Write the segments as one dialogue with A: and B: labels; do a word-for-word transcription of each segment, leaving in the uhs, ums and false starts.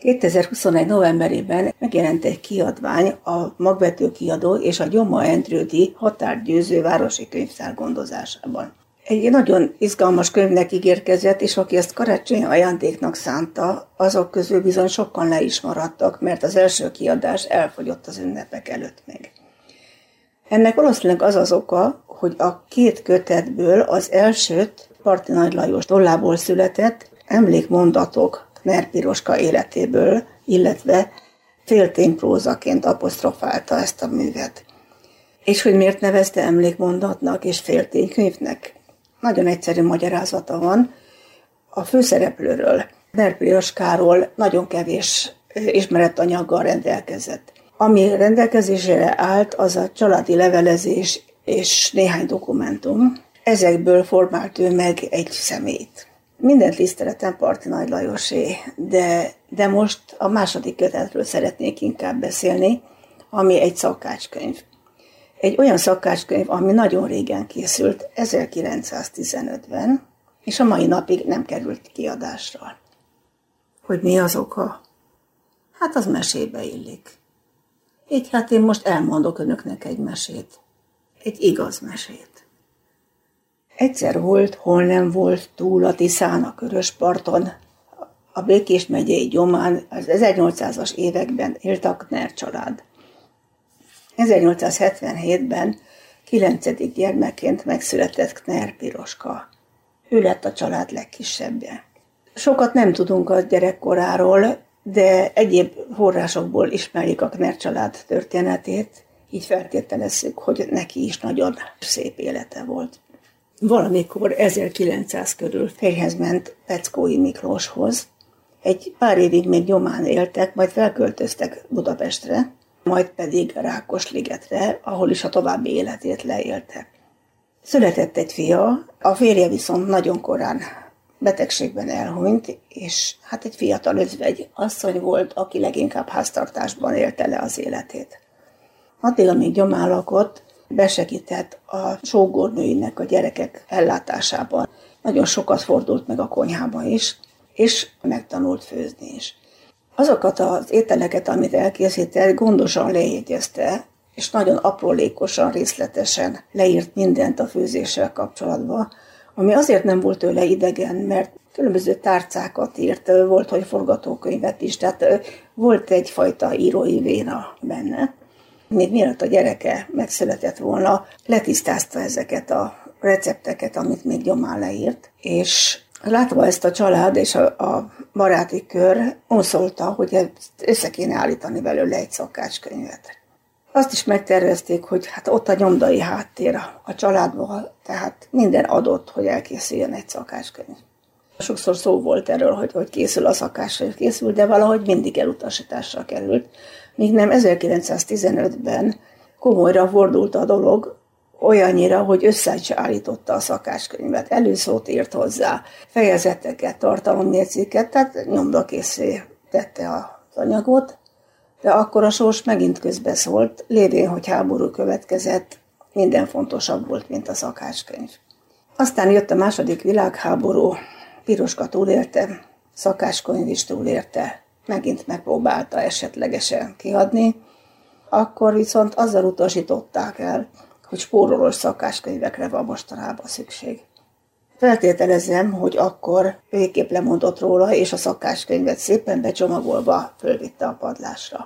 A: kétezer-huszonegy novemberében megjelent egy kiadvány a Magvető Kiadó és a Gyoma Endrődi Határgyőző Városi Könyvtár gondozásában. Egy nagyon izgalmas könyvnek ígérkezett, és aki ezt karácsonyi ajándéknak szánta, azok közül bizony sokan le is maradtak, mert az első kiadás elfogyott az ünnepek előtt még. Ennek valószínűleg az az oka, hogy a két kötetből az elsőt Parti Nagy Lajos tollából született emlékmondatok Knern Piroska életéből, illetve féltényprózaként apostrofálta ezt a művet. És hogy miért nevezte emlékmondatnak és félténykönyvnek? Nagyon egyszerű magyarázata van. A főszereplőről, Knern Piroskáról nagyon kevés ismeretanyaggal rendelkezett. Ami rendelkezésére állt, az a családi levelezés és néhány dokumentum. Ezekből formált ő meg egy személyt. Minden tiszteletem Parti Nagy Lajosé, de, de most a második kötetről szeretnék inkább beszélni, ami egy szakácskönyv. Egy olyan szakácskönyv, ami nagyon régen készült, ezerkilencszáztizenötben, és a mai napig nem került kiadásra. Hogy mi az oka? Hát az mesébe illik. Így hát én most elmondok önöknek egy mesét. Egy igaz mesét. Egyszer volt, hol nem volt, túl a Tiszán, a Körösparton, a Békés megyei Gyomán, az ezernyolcszázas években élt a Knern család. ezernyolcszázhetvenhétben kilencedik gyermekként megszületett Knern Piroska. Ő lett a család legkisebbje. Sokat nem tudunk a gyerekkoráról, de egyéb forrásokból ismerjük a Knern család történetét, így feltételezzük, hogy neki is nagyon szép élete volt. Valamikor ezerkilencszáz körül férjhez ment Peckói Miklóshoz. Egy pár évig még Gyomán éltek, majd felköltöztek Budapestre, majd pedig Rákosligetre, ahol is a további életét leélte. Született egy fia, a férje viszont nagyon korán betegségben elhunyt, és hát egy fiatal özvegy asszony volt, aki leginkább háztartásban élte le az életét. Addig, amíg Gyomán lakott, besegített a sógornőinek a gyerekek ellátásában. Nagyon sokat fordult meg a konyhába is, és megtanult főzni is. Azokat az ételeket, amit elkészített, gondosan lejegyezte, és nagyon aprólékosan, részletesen leírt mindent a főzéssel kapcsolatban, ami azért nem volt tőle idegen, mert különböző tárcákat írt, volt, hogy forgatókönyvet is, tehát volt egyfajta írói véna benne. Még mielőtt a gyereke megszületett volna, letisztázta ezeket a recepteket, amit még Gyomán leírt, és látva ezt a család és a, a baráti kör, onszolta, hogy ezt össze kéne állítani belőle egy szakácskönyvet. Azt is megtervezték, hogy hát ott a nyomdai háttér a családban, tehát minden adott, hogy elkészüljön egy szakácskönyv. Sokszor szó volt erről, hogy, hogy készül a szakácskönyv, készül, de valahogy mindig elutasításra került. Míg nem ezerkilencszáztizenötben komolyra fordult a dolog, olyannyira, hogy összeállította a szakácskönyvet, előszót írt hozzá, fejezeteket, tartalomjegyzéket, tehát nyomdakészé tette az anyagot, de akkor a sors megint közbeszólt, lévén, hogy háború következett, minden fontosabb volt, mint a szakácskönyv. Aztán jött a második világháború, Piroska túlélte, szakácskönyv is túlélte, megint megpróbálta esetlegesen kiadni, akkor viszont azzal utasították el, hogy spórolós szakácskönyvekre van mostanában szükség. Feltételezem, hogy akkor végképp lemondott róla, és a szakácskönyvet szépen becsomagolva fölvitte a padlásra.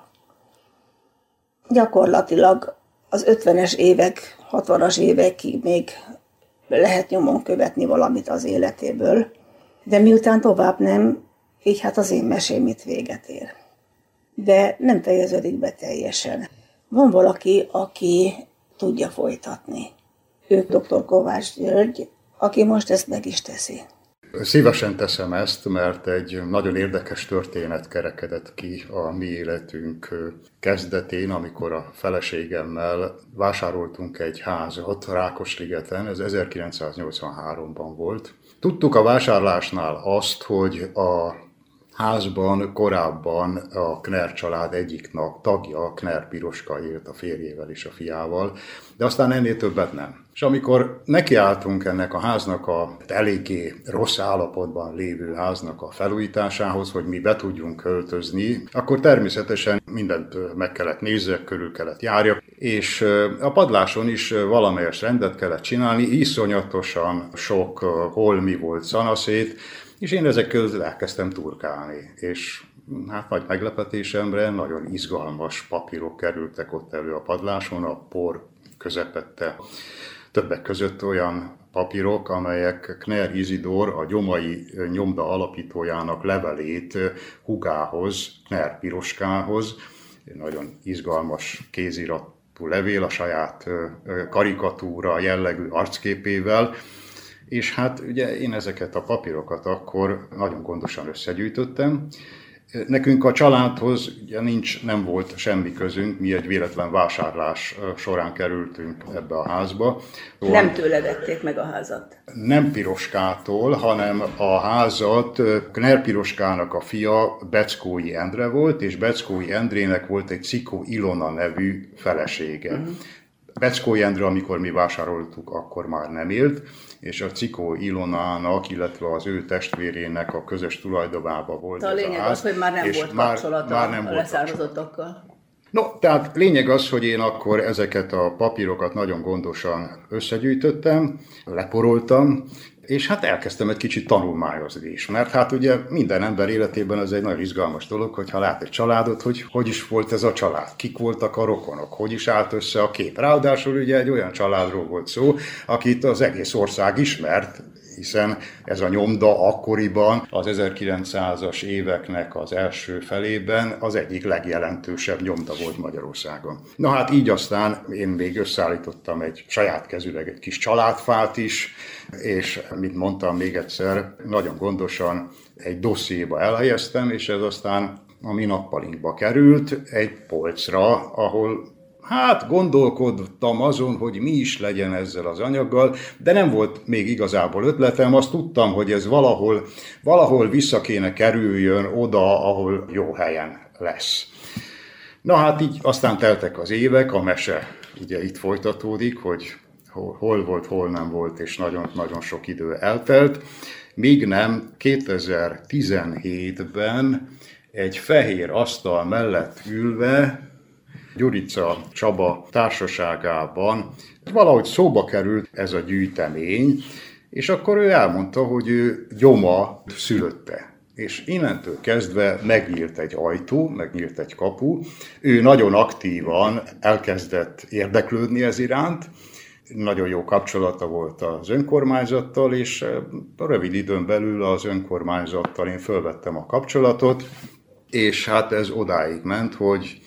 A: Gyakorlatilag az ötvenes évek, hatvanas évekig még lehet nyomon követni valamit az életéből, de miután tovább nem, így hát az én mesém itt véget ér. De nem fejeződik be teljesen. Van valaki, aki tudja folytatni. Ő doktor Kovács György, aki most ezt meg is teszi.
B: Szívesen teszem ezt, mert egy nagyon érdekes történet kerekedett ki a mi életünk kezdetén, amikor a feleségemmel vásároltunk egy házat Rákosligeten, ez ezerkilencszáznyolcvanháromban volt. Tudtuk a vásárlásnál azt, hogy a házban korábban a Knern család egyik tagja, Knern Piroska élt a férjével és a fiával, de aztán ennél többet nem. És amikor nekiálltunk ennek a háznak, a eléggé rossz állapotban lévő háznak a felújításához, hogy mi be tudjunk költözni, akkor természetesen mindent meg kellett nézzek, körül kellett járjak, és a padláson is valamelyes rendet kellett csinálni, iszonyatosan sok holmi volt szanaszét, és én ezek közül elkezdtem turkálni, és hát nagy meglepetésemre nagyon izgalmas papírok kerültek ott elő a padláson, a por közepette. Többek között olyan papírok, amelyek Knern Izidor, a gyomai nyomda alapítójának levelét húgához, Knern Piroskához, nagyon izgalmas kéziratú levél a saját karikatúra jellegű arcképével, és hát ugye én ezeket a papírokat akkor nagyon gondosan összegyűjtöttem. Nekünk a családhoz ugye nincs, nem volt semmi közünk, mi egy véletlen vásárlás során kerültünk ebbe a házba.
A: Nem tőle vették meg a házat?
B: Nem Piroskától, hanem a házat Knern Piroskának a fia Beckói Endre volt, és Beckói Endrének volt egy Cikó Ilona nevű felesége. Uh-huh. Beckói Endre, amikor mi vásároltuk, akkor már nem élt, és a Cikó Ilonának, illetve az ő testvérének a közös tulajdonában volt
A: a
B: ez
A: lényeg
B: a ház,
A: az, hogy már nem volt kapcsolata már, már nem a leszármazottakkal.
B: No, tehát lényeg az, hogy én akkor ezeket a papírokat nagyon gondosan összegyűjtöttem, leporoltam, és hát elkezdtem egy kicsit tanulmányozni is, mert hát ugye minden ember életében ez egy nagyon izgalmas dolog, hogyha lát egy családot, hogy hogy is volt ez a család, kik voltak a rokonok, hogy is állt össze a kép. Ráadásul ugye egy olyan családról volt szó, akit az egész ország ismert, hiszen ez a nyomda akkoriban, az ezerkilencszázas éveknek az első felében az egyik legjelentősebb nyomda volt Magyarországon. Na hát így aztán én még összeállítottam egy saját kezűleg egy kis családfát is, és mint mondtam még egyszer, nagyon gondosan egy dossziéba elhelyeztem, és ez aztán a mi nappalinkba került egy polcra, ahol hát gondolkodtam azon, hogy mi is legyen ezzel az anyaggal, de nem volt még igazából ötletem, azt tudtam, hogy ez valahol, valahol vissza kéne kerüljön oda, ahol jó helyen lesz. Na hát így aztán teltek az évek, a mese ugye itt folytatódik, hogy hol, hol volt, hol nem volt, és nagyon-nagyon sok idő eltelt, míg nem kétezer-tizenhétben egy fehér asztal mellett ülve, Gyurica Csaba társaságában valahogy szóba került ez a gyűjtemény, és akkor ő elmondta, hogy ő Gyoma szülötte. És innentől kezdve megnyílt egy ajtó, megnyílt egy kapu. Ő nagyon aktívan elkezdett érdeklődni ez iránt, nagyon jó kapcsolata volt az önkormányzattal, és rövid időn belül az önkormányzattal én fölvettem a kapcsolatot, és hát ez odáig ment, hogy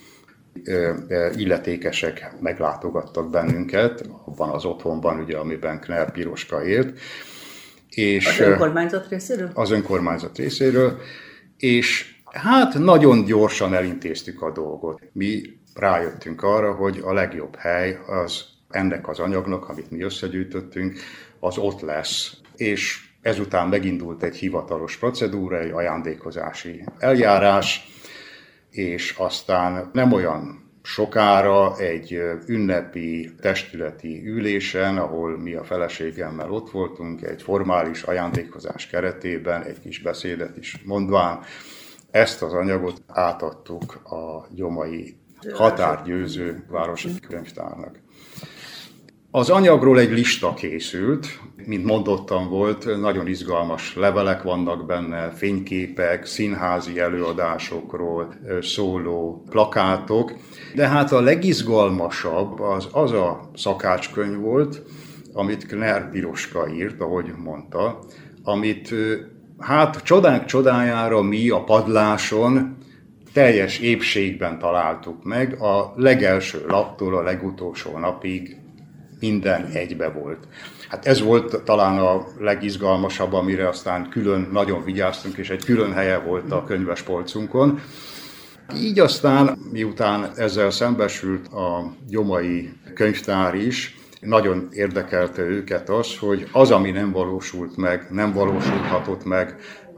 B: illetékesek meglátogattak bennünket, abban az otthonban, ugye, amiben Knern Piroska élt. És
A: az önkormányzat részéről?
B: Az önkormányzat részéről, és hát nagyon gyorsan elintéztük a dolgot. Mi rájöttünk arra, hogy a legjobb hely az ennek az anyagnak, amit mi összegyűjtöttünk, az ott lesz. És ezután megindult egy hivatalos procedúra, egy ajándékozási eljárás, és aztán nem olyan sokára egy ünnepi testületi ülésen, ahol mi a feleségemmel ott voltunk, egy formális ajándékozás keretében, egy kis beszédet is mondván, ezt az anyagot átadtuk a gyomai határgyőző városi könyvtárnak. Az anyagról egy lista készült, mint mondottam volt, nagyon izgalmas levelek vannak benne, fényképek, színházi előadásokról szóló plakátok, de hát a legizgalmasabb az az a szakácskönyv volt, amit Knern Piroska írt, ahogy mondta, amit hát csodánk csodájára mi a padláson teljes épségben találtuk meg, a legelső laptól a legutolsó napig minden egybe volt. Hát ez volt talán a legizgalmasabb, amire aztán külön nagyon vigyáztunk, és egy külön helye volt a könyvespolcunkon. Így aztán, miután ezzel szembesült a gyomai könyvtár is, nagyon érdekelte őket az, hogy az, ami nem valósult meg, nem valósulhatott meg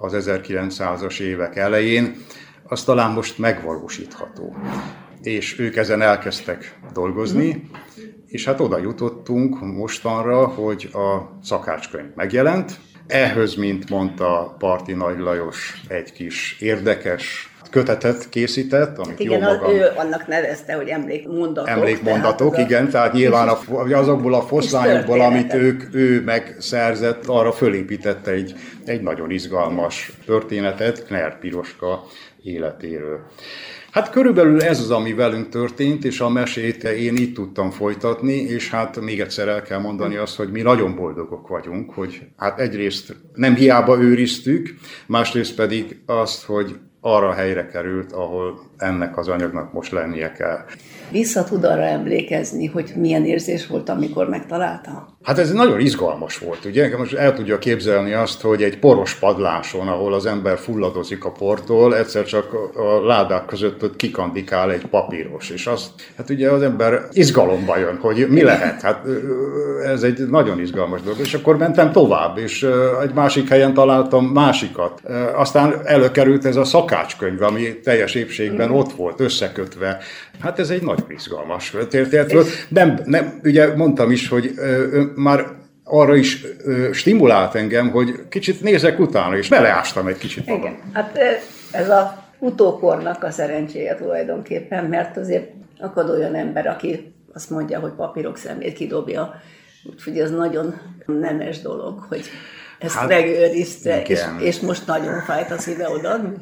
B: az ezerkilencszázas évek elején, az talán most megvalósítható. És ők ezen elkezdtek dolgozni, és hát oda jutottunk mostanra, hogy a szakácskönyv megjelent. Ehhez, mint mondta Parti Nagy Lajos, egy kis érdekes kötetet készített, amit
A: igen,
B: jó magam...
A: ő annak nevezte, hogy emlékmondatok.
B: Emlékmondatok, tehát igen, tehát nyilván a, azokból a foszlányokból, amit ők, ő megszerzett, arra fölépítette egy, egy nagyon izgalmas történetet Kner Piroska életéről. Hát körülbelül ez az, ami velünk történt, és a mesét én így tudtam folytatni, és hát még egyszer el kell mondani azt, hogy mi nagyon boldogok vagyunk, hogy hát egyrészt nem hiába őriztük, másrészt pedig azt, hogy arra a helyre került, ahol ennek az anyagnak most lennie kell.
A: Vissza tud arra emlékezni, hogy milyen érzés volt, amikor megtalálta?
B: Hát ez nagyon izgalmas volt, ugye? Most el tudja képzelni azt, hogy egy poros padláson, ahol az ember fulladozik a portól, egyszer csak a ládák között ott kikandikál egy papíros, és azt, hát ugye az ember izgalomba jön, hogy mi lehet, hát ez egy nagyon izgalmas dolog, és akkor mentem tovább, és egy másik helyen találtam másikat. Aztán előkerült ez a szakácskönyv, ami teljes épségben ott volt, összekötve. Hát ez egy nagyon izgalmas történet volt. Nem, nem, ugye mondtam is, hogy ö, már arra is ö, stimulált engem, hogy kicsit nézek utána, és beleástam egy kicsit magam.
A: Igen, hát ez a utókornak a szerencséje tulajdonképpen, mert azért akad olyan ember, aki azt mondja, hogy papírok szemét kidobja, úgyhogy ez nagyon nemes dolog, hogy ezt hát, megőrizte, és, és most nagyon fájt a szíve odaadni.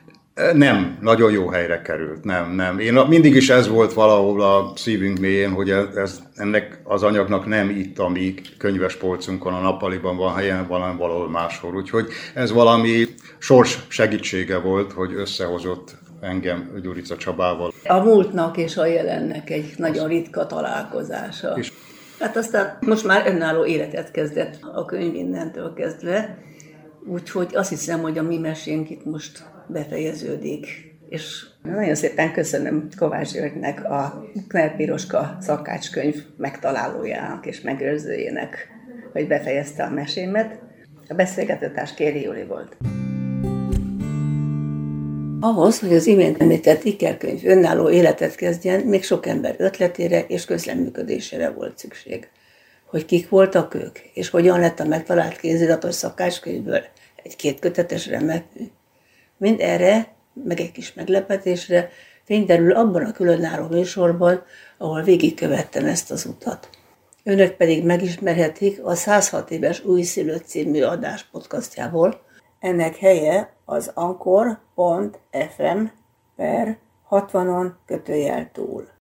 B: Nem, nagyon jó helyre került, nem, nem. Én mindig is ez volt valahol a szívünk mélyén, hogy ez, ennek az anyagnak nem itt a mi könyvespolcunkon, a nappaliban van helyen, hanem valahol máshol. Úgyhogy ez valami sors segítsége volt, hogy összehozott engem Gyurica Csabával.
A: A múltnak és a jelennek egy nagyon ritka találkozása. És hát aztán most már önálló életet kezdett a könyv innentől kezdve, úgyhogy azt hiszem, hogy a mi mesénk itt most befejeződik. És nagyon szépen köszönöm Kovács Györgynek, a Kner Piroska szakácskönyv megtalálójának és megőrzőjének, hogy befejezte a mesémet. A beszélgetőtárs Kéri Júli volt. Ahhoz, hogy az imént említett ikerkönyv önálló életet kezdjen, még sok ember ötletére és közleműködésére volt szükség. Hogy kik voltak ők, és hogyan lett a megtalált kéziratos szakácskönyvből egy kétkötetes remekmű. Mind erre, meg egy kis meglepetésre fény derül abban a különálló műsorban, ahol végigkövettem ezt az utat. Önök pedig megismerhetik a százhat éves újszülött című adás podcastjából. Ennek helye az anchor pont f m per hatvanon kötőjel túl.